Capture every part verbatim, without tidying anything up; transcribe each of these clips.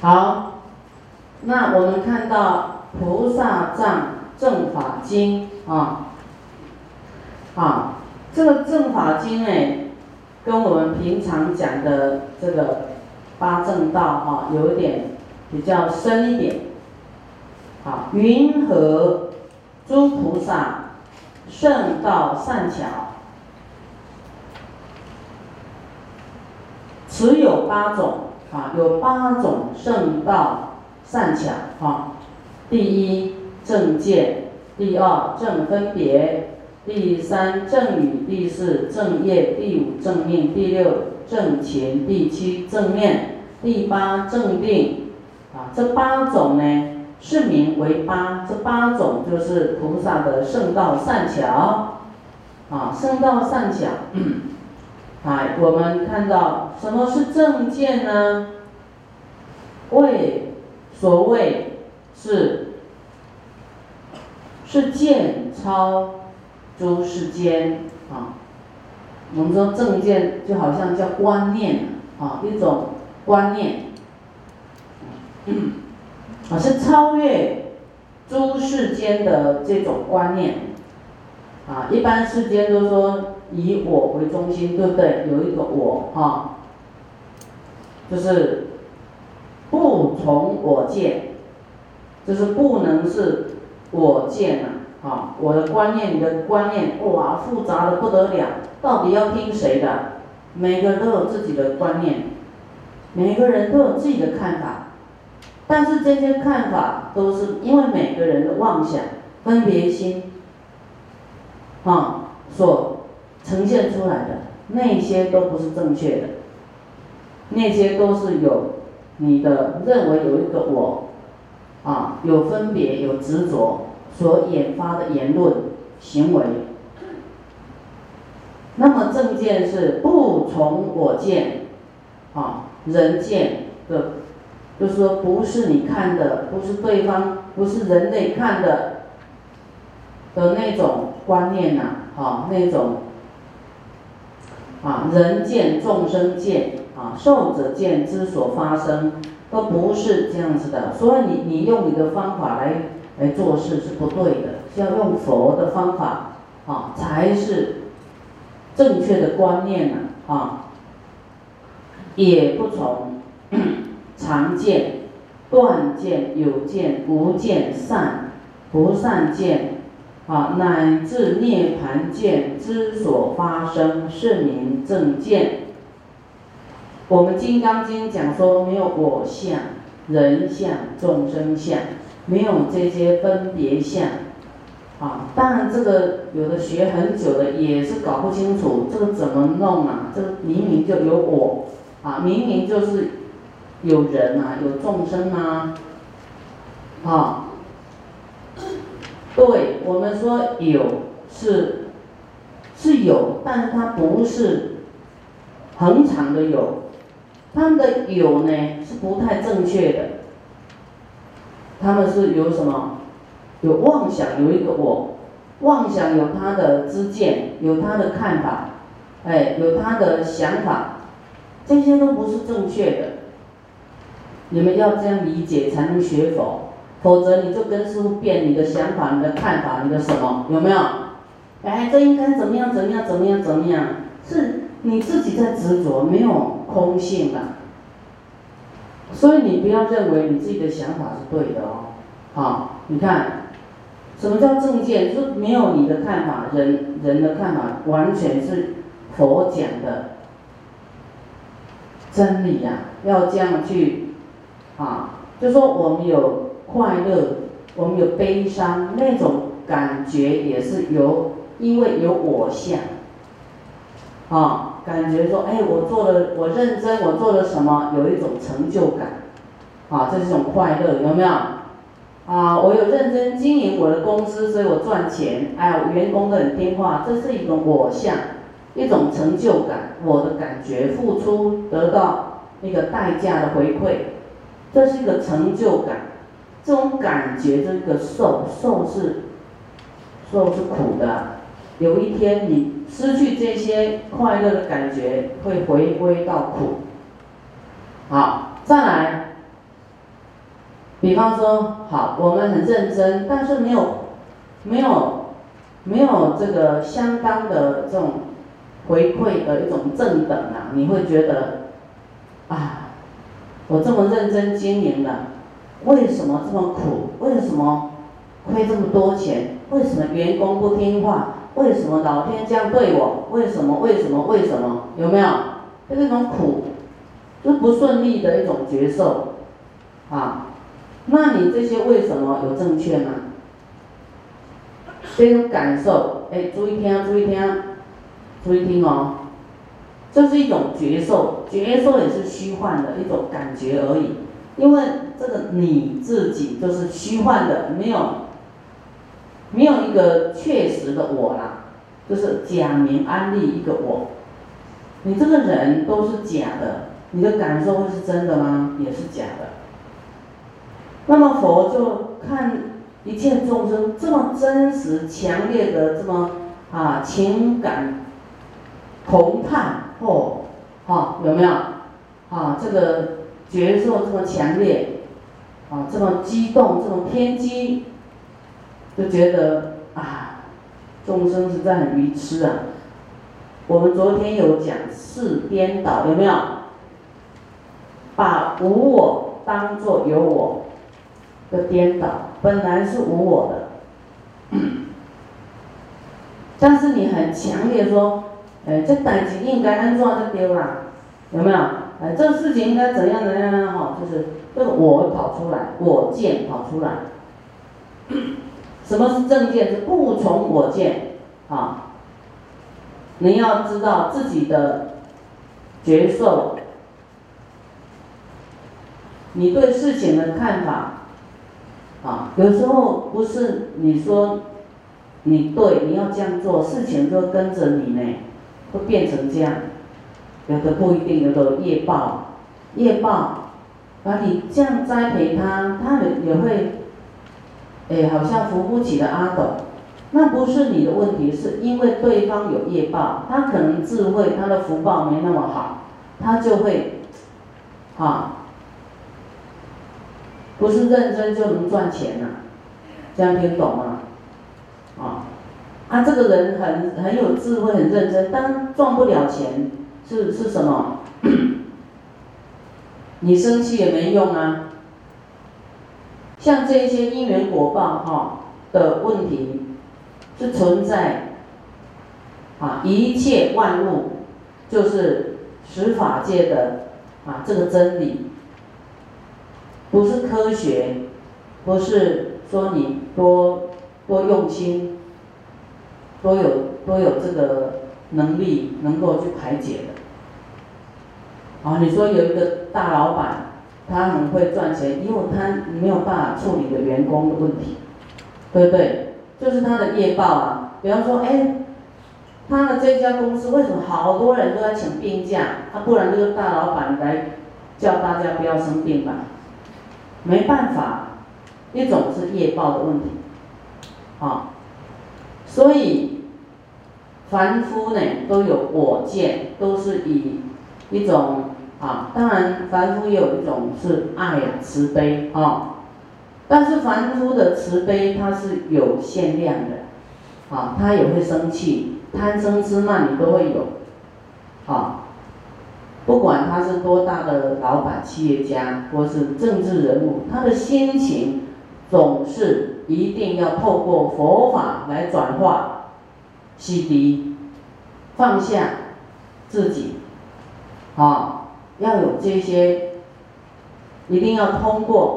好，那我们看到《菩萨藏正法经》啊，啊，这个正法经呢，跟我们平常讲的这个八正道啊，有一点比较深一点。啊，云何诸菩萨圣道善巧，此有八种啊，有八种圣道善巧啊。第一正见，第二正分别，第三正语，第四正业，第五正命，第六正勤，第七正念，第八正定啊。这八种呢，是名为八。这八种就是菩萨的圣道善巧啊，圣道善巧。嗯啊，我们看到什么是正见呢？谓所谓是是见超诸世间啊。我们说正见就好像叫观念啊，一种观念，嗯，啊是超越诸世间的这种观念啊。一般世间都说以我为中心，对不对？有一个我啊，就是不从我见，就是不能是我见啊。啊，我的观念，你的观念，哇，复杂的不得了，到底要听谁的？每个人都有自己的观念，每个人都有自己的看法，但是这些看法都是因为每个人的妄想、分别心，啊，所呈现出来的，那些都不是正确的，那些都是有你的认为有一个我，啊，有分别、有执着所引发的言论、行为。那么正见是不从我见，啊，人见的，就是说不是你看的，不是对方，不是人类看的的那种观念呐、啊，啊，那种啊人见、众生见啊、寿者见之所发生，都不是这样子的。所以你你用你的方法来来做事是不对的，是要用佛的方法啊，才是正确的观念呐 啊, 啊，也不从常见、断见、有见、无见、善不善见啊，乃至涅盘见之所发生，是名正见。我们《金刚经》讲说，没有我相、人相、众生相，没有这些分别相。啊，当然这个有的学很久的也是搞不清楚这个怎么弄啊，这个明明就有我啊，明明就是有人啊，有众生啊，啊，对我们说有是是有，但是它不是恒常的有，他们的有呢是不太正确的，他们是有什么？有妄想，有一个我，妄想有他的知见，有他的看法，哎，有他的想法，这些都不是正确的。你们要这样理解才能学佛，否则你就跟师父辩你的想法、你的看法、你的什么，有没有？哎，这应该怎么样怎么样怎么样怎么样？是你自己在执着，没有空性的。所以你不要认为你自己的想法是对的哦。好，你看。什么叫正见？就是没有你的看法，人人的看法完全是佛讲的真理呀、啊，要这样去啊，就说我们有快乐，我们有悲伤，那种感觉也是有，因为有我相啊，感觉说，哎，我做了，我认真，我做了什么，有一种成就感啊，这是一种快乐，有没有？啊，我有认真经营我的公司，所以我赚钱。哎，我员工都很听话，这是一种我相，一种成就感，我的感觉，付出得到一个代价的回馈，这是一个成就感。这种感觉，这个受受是受是苦的，有一天你失去这些快乐的感觉，会回归到苦。好，再来。 比方说，好，我们很认真，但是没有没有没有这个相当的这种回馈的一种正等啊，你会觉得啊，我这么认真经营了，为什么这么苦？为什么亏这么多钱？为什么员工不听话？为什么老天这样对我？为什么？为什么？为什么？有没有？就这种苦，就不顺利的一种觉受啊。那你这些为什么有正确吗？这种感受，哎，注意听，注意听，注意听哦。这是一种觉受，觉受也是虚幻的一种感觉而已。因为这个你自己就是虚幻的，没有没有一个确实的我啦，就是假名安立一个我。你这个人都是假的，你的感受会是真的吗？也是假的。那么佛就看一切众生这么真实、强烈的这么啊情感澎湃，哦，啊有没有？啊这个觉受这么强烈，啊这么激动，这么偏激，就觉得啊众生实在很愚痴啊。我们昨天有讲事颠倒，有没有？把无我当作有我的颠倒，本来是无我的，但是你很强烈说，哎，这代志应该安怎就对啦，有没有？哎，这个事情应该怎样怎样哈，就是这个我跑出来，我见跑出来。什么是正见？是不从我见啊。你要知道自己的觉受，你对事情的看法，啊，有时候不是你说你对，你要这样做，事情就跟着你呢，会变成这样。有的不一定，有的有业报，业报把你这样栽培他，他也会，哎，好像扶不起的阿斗。那不是你的问题，是因为对方有业报，他可能智慧，他的福报没那么好，他就会，啊，不是认真就能赚钱呐、啊，这样听懂吗？啊，啊，这个人很很有智慧，很认真，但赚不了钱，是是什么？你生气也没用啊。像这些因缘果报哈的问题。是存在啊，一切万物就是十法界的啊这个真理，不是科学，不是说你多多用心，多有多有这个能力能够去排解的。啊，你说有一个大老板，他很会赚钱，因为他没有办法处理的员工的问题，对不对？就是他的业报啊，比方说，哎，他的这家公司为什么好多人都在请病假？啊，不然这个大老板来叫大家不要生病吧？没办法，一种是业报的问题，啊，所以凡夫呢都有我见，都是以一种啊，当然凡夫也有一种是爱啊慈悲啊。但是凡夫的慈悲它是有限量的，啊，他也会生气，贪嗔痴慢你都会有，啊，不管他是多大的老板、企业家或是政治人物，他的心情总是一定要透过佛法来转化、洗涤、放下自己，啊，要有这些，一定要通过。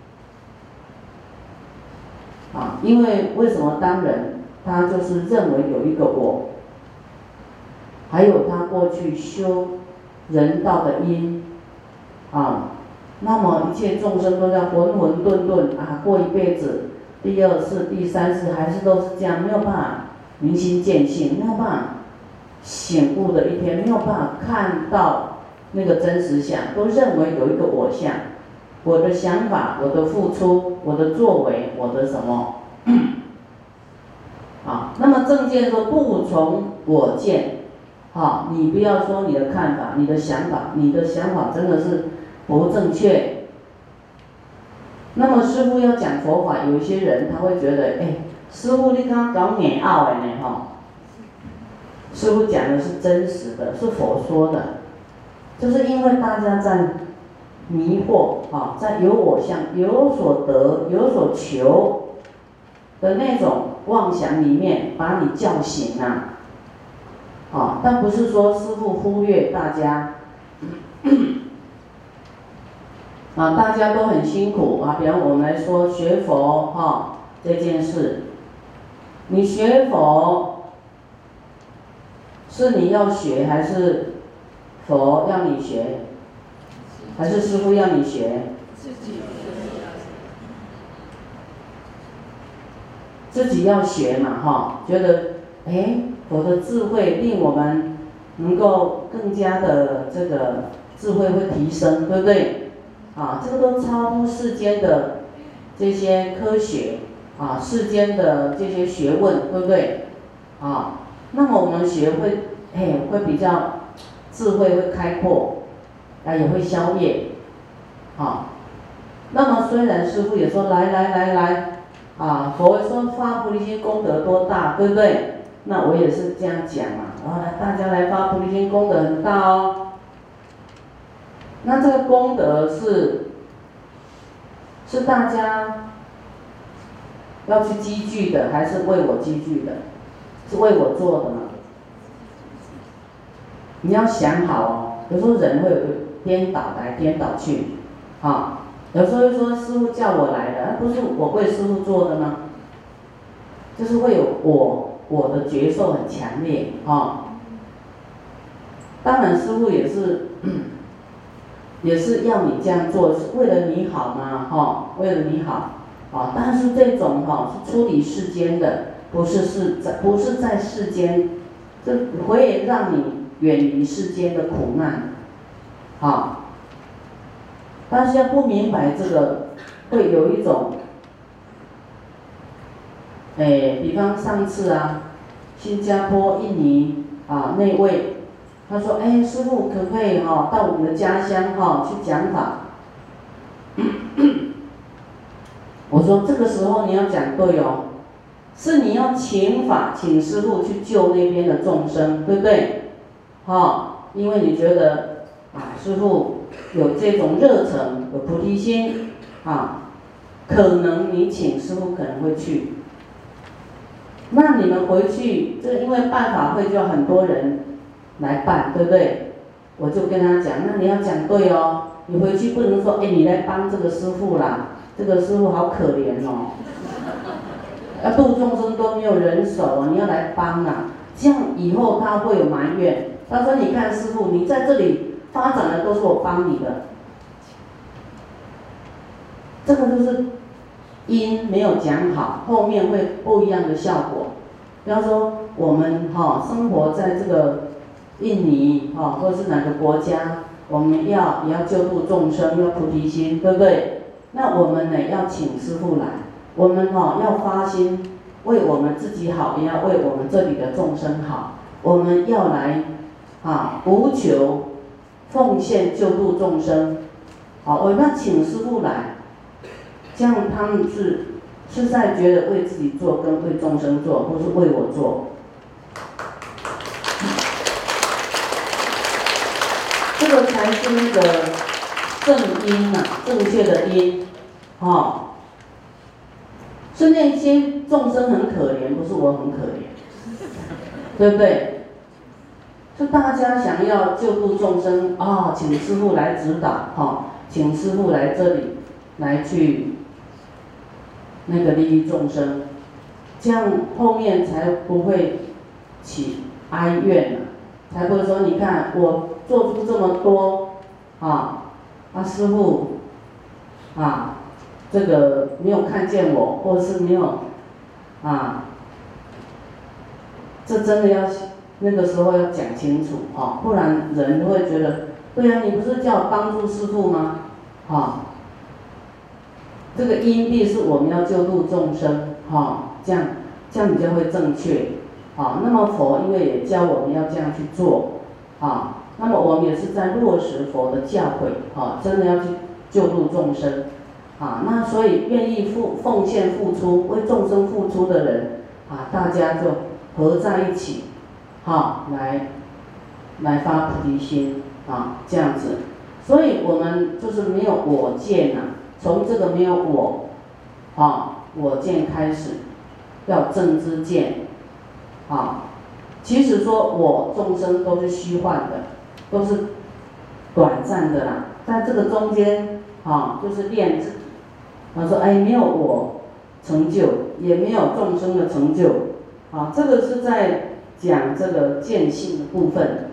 啊，因为为什么当人，他就是认为有一个我，还有他过去修人道的因，啊，那么一切众生都在混混沌沌啊，过一辈子，第二世、第三世还是都是这样，没有办法明心见性，没有办法醒悟的一天，没有办法看到那个真实相，都认为有一个我相。我的想法，我的付出，我的作为，我的什么？啊，那么正见说不从我见，啊，你不要说你的看法，你的想法，你的想法真的是不正确， 那么师父要讲佛法，有一些人他会觉得，哎，师父你刚刚搞眼奥的呢哈。师父讲的是真实的，是佛说的，就是因为大家在迷惑啊，在有我相、有所得、有所求的那种妄想里面，把你叫醒啊。啊，但不是说师父忽略大家。啊，大家都很辛苦啊。比方我们来说学佛哈、啊、这件事，你学佛是你要学，还是佛要你学，还是师父要你学？自己自己要学嘛哈，觉得哎，佛的智慧令我们能够更加的这个智慧会提升，对不对？啊，这个都超乎世间的这些科学啊，世间的这些学问，对不对？啊，那么我们学会，嘿，会比较智慧会开阔，啊，也会消业，啊。那么虽然师父也说来来来来，啊，佛说发菩提心功德多大，对不对？那我也是这样讲嘛，然后来大家来发菩提心功德很大哦。那这个功德是是大家要去积聚的，还是为我积聚的？是为我做的吗？你要想好哦。有时候人会颠倒来颠倒去，啊，有时候又说师父叫我来的，不是我为师父做的吗？就是会有我我的觉受很强烈啊。当然师父也是。也是要你这样做，是为了你好嘛，哈、哦，为了你好，啊，但是这种哈、哦、是出离世间的，不是是在不是在世间，这会让你远离世间的苦难，啊、哦，但是要不明白这个，会有一种，哎，比方上次啊，新加坡、印尼啊那位。他说：“哎，师父可不可以哈、哦、到我们的家乡哈、哦、去讲法？”我说：“这个时候你要讲对哦，是你要请法，请师父去救那边的众生，对不对？哈、哦，因为你觉得啊，师父有这种热忱，有菩提心啊，可能你请师父可能会去。那你们回去，这因为办法会就很多人。”来办，对不对？我就跟他讲，那你要讲对哦，你回去不能说，哎，你来帮这个师父啦，这个师父好可怜哦，要度众生都没有人手，你要来帮啊，这样以后他会有埋怨。他说，你看师父，你在这里发展的都是我帮你的，这个就是因没有讲好，后面会不一样的效果。比方说，我们哈、哦、生活在这个。印尼啊，或者是哪个国家，我们要也要救度众生，要菩提心，对不对？那我们呢要请师父来，我们哈、哦、要发心，为我们自己好，也要为我们这里的众生好。我们要来啊，无求奉献救度众生，好，我们要请师父来，这样他们是是在觉得为自己做，跟为众生做，或是为我做。这个才是那个正因呐、啊，正确的因，哦，是那些众生很可怜，不是我很可怜，对不对？是大家想要救度众生啊、哦，请师父来指导，哈、哦，请师父来这里来去那个利益众生，这样后面才不会起哀怨了、啊，才不会说你看我。做出这么多，啊，啊师父，啊，这个没有看见我，或者是没有，啊，这真的要那个时候要讲清楚啊，不然人都会觉得，对呀、啊，你不是叫我帮助师父吗？啊，这个因地是我们要救度众生，哈，这样这样比较会正确，啊，那么佛因为也教我们要这样去做，啊。那么我们也是在落实佛的教诲，哈、哦，真的要去救度众生， 啊，那所以愿意付奉献付出，为众生付出的人啊，大家就合在一起，好、来来发菩提心啊，这样子。所以我们就是没有我见啊，从这个没有我，啊，我见开始，要正知见，啊，其实说我众生都是虚幻的，都是短暂的啦，在这个中间啊，就是练自己。他说：“哎，没有我成就，也没有众生的成就，啊，这个是在讲这个见性的部分。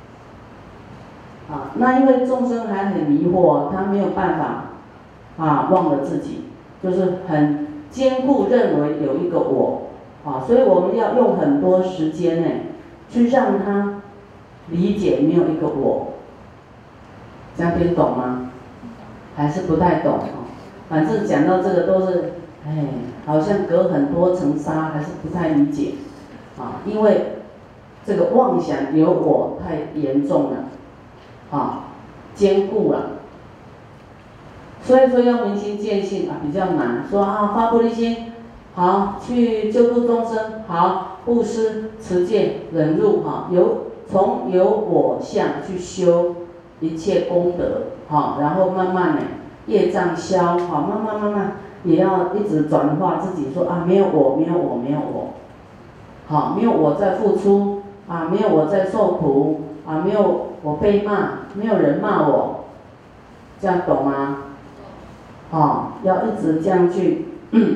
啊，那因为众生还很迷惑，他没有办法啊忘了自己，就是很坚固认为有一个我，啊，所以我们要用很多时间呢，去让他理解没有一个我。这样听懂吗？还是不太懂？”反正讲到这个都是，哎，好像隔很多层纱，还是不太理解，啊，因为这个妄想有我太严重了，啊，坚固了，所以说要明心见性啊比较难。说啊发菩提心，好去救度众生，好布施、持戒、忍辱，哈，由从有我相去修一切功德，哈，然后慢慢的。业障消，好，慢慢慢慢也要一直转化自己，说啊，没有我，没有我，没有我，好，没有我在付出，啊，没有我在受苦，啊，没有我被骂，没有人骂我，这样懂吗？好，要一直这样去，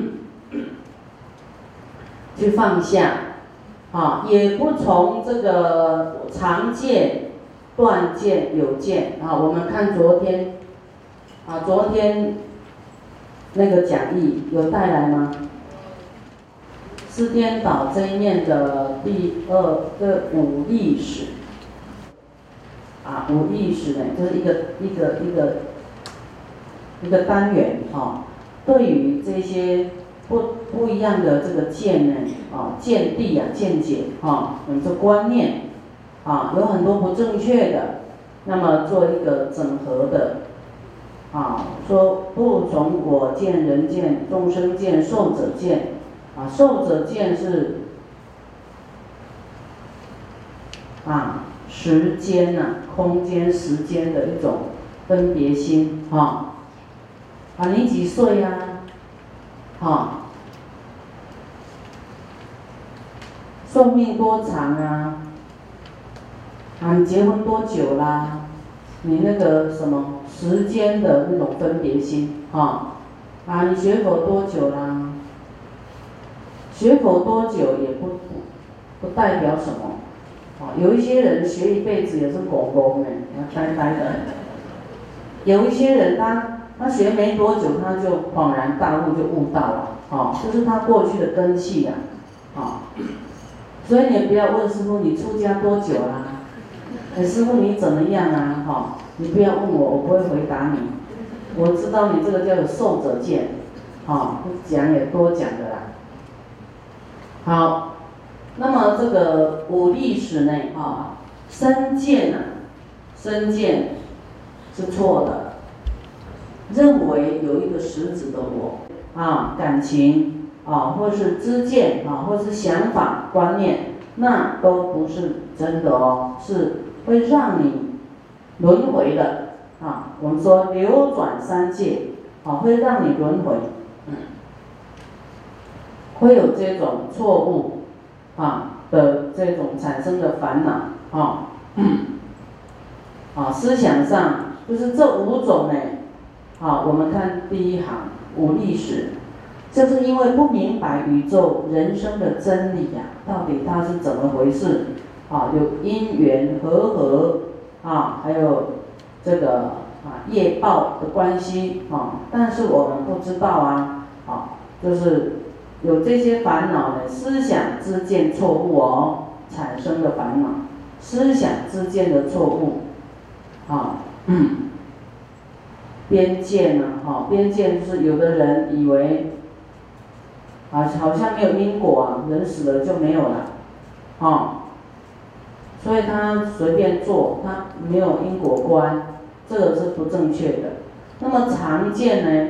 去放下，啊，也不从这个常见、断见、有见，啊，我们看昨天。啊，昨天那个讲义有带来吗？四颠倒这一面的第二个五历史，啊，五历史呢，就是一个一个一个一个单元哈、哦。对于这些不不一样的这个见呢，啊，见地啊，见解啊，我们这观念啊，有很多不正确的，那么做一个整合的。啊，说不从我见、人见、众生见、寿者见，啊，寿者见是啊时间呐、啊、空间、时间的一种分别心，哈、啊，啊，你几岁呀、啊？哈、啊，寿命多长啊？啊，你结婚多久啦？你那个什么？时间的那种分别心，啊，啊，你学佛多久啦？学佛多久也不不不代表什么，啊，有一些人学一辈子也是狗狗呢，呆呆的。有一些人他他学没多久他就恍然大悟就悟到了，啊，这是他过去的根器啊，啊，所以你不要问师父你出家多久啦？哎，师父你怎么样啊？哈、哦。你不要问我，我不会回答你。我知道你这个叫做寿者见，啊、哦，讲也多讲的啦。好，那么这个五历史呢，啊、哦，身见啊，身见是错的，认为有一个实质的我啊，感情啊，或是知见啊，或是想法观念，那都不是真的哦，是会让你。轮回的啊，我们说流转三界，啊，会让你轮回，嗯，会有这种错误啊的这种产生的烦恼啊，嗯，啊，思想上就是这五种呢，啊，我们看第一行五历史，就是因为不明白宇宙人生的真理呀、啊，到底它是怎么回事啊？有因缘和合。啊，还有这个啊业报的关系啊，但是我们不知道啊，啊，就是有这些烦恼呢，思想之见错误哦产生的烦恼，思想之见的错误，啊，嗯，边界呢，哈、啊，边界就是有的人以为啊好像没有因果啊，人死了就没有了，啊。所以他随便做，他没有因果观，这个是不正确的。那么常见呢，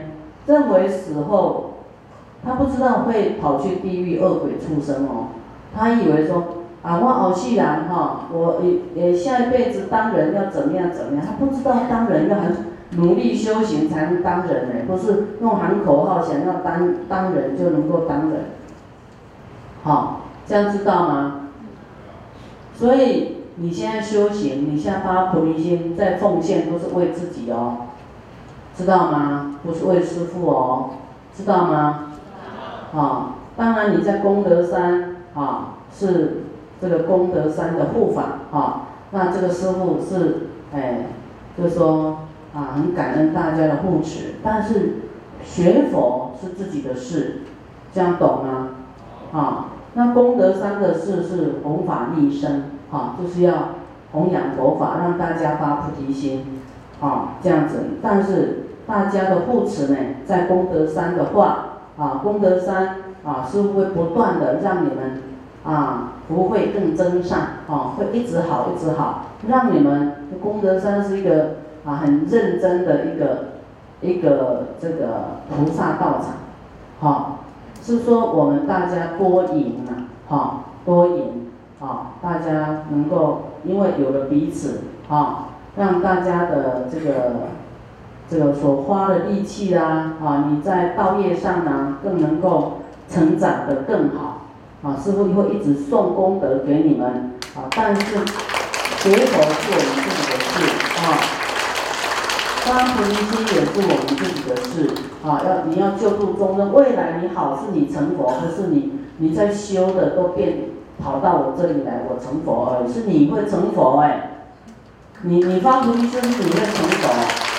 认为死后，他不知道会跑去地狱恶鬼畜生哦，他以为说啊，我后世人哈，我也下一辈子当人要怎么样怎么样，他不知道当人要很努力修行才能当人呢，不是用喊口号想要当当人就能够当人，好，这样知道吗？所以你现在修行，你现在发菩提心，在奉献都是为自己哦，知道吗？不是为师父哦，知道吗？啊，当然你在功德山啊，是这个功德山的护法啊，那这个师父是哎，就是说啊，很感恩大家的护持，但是学佛是自己的事，这样懂吗？啊。那功德山的事是弘法利生，啊，就是要弘扬佛法，让大家发菩提心，啊，这样子。但是大家的护持呢，在功德山的话，啊，功德山啊是会不断的让你们啊福慧更增上，啊，会一直好一直好，让你们功德山是一个啊很认真的一个一个这个菩萨道场，好。是说我们大家多赢啊，哈，多赢啊，大家能够因为有了彼此啊，让大家的这个这个所花的力气啦，啊，你在道业上呢更能够成长得更好，啊，师父会一直送功德给你们啊，但是学佛是我们自己的事啊。发菩提心也是我们自己的事啊！要你要救度众生，未来你好是你成佛，不是你你在修的都变跑到我这里来，我成佛而已，是你会成佛哎、欸！你你发菩提心是你会成佛，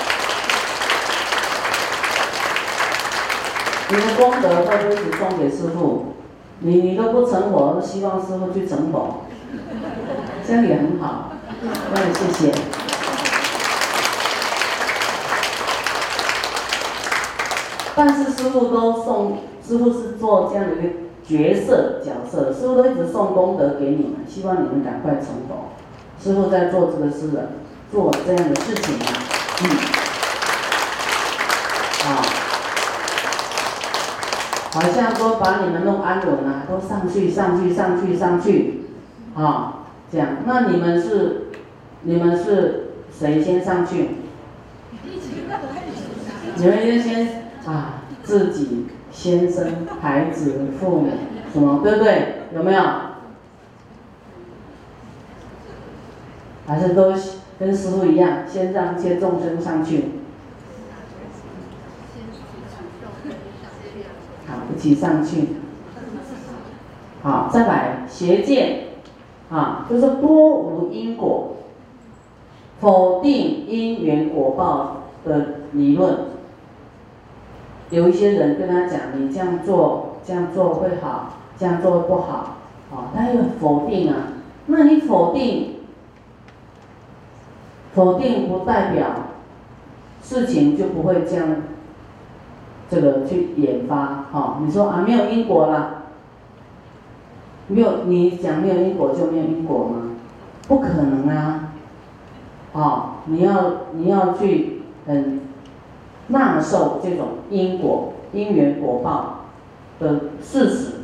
你的功德会不会只送给师父？你你都不成佛，都希望师父去成佛，这样也很好，那也谢谢。但是师父都送，师父是做这样的一个角色角色，师父都一直送功德给你们，希望你们赶快成佛。师父在做这个事的，做这样的事情啊，嗯，啊，好像说把你们弄安稳啊，都上去上去上去上去，啊，这样，那你们是你们是谁先上去？你们先先。啊，自己、先生、孩子、父母，什么对不对？有没有？还是都跟师父一样，先让一切众生上去。好，一起上去。好，再来邪见，啊，就是多无因果，否定因缘果报的理论。有一些人跟他讲，你这样做，这样做会好，这样做会不好，啊，他又否定啊。那你否定，否定不代表事情就不会这样，这个去研发，哈。你说啊，没有因果啦，没有，你讲没有因果就没有因果吗？不可能啊，啊，你要你要去很。纳受这种因果、因缘果报的事实，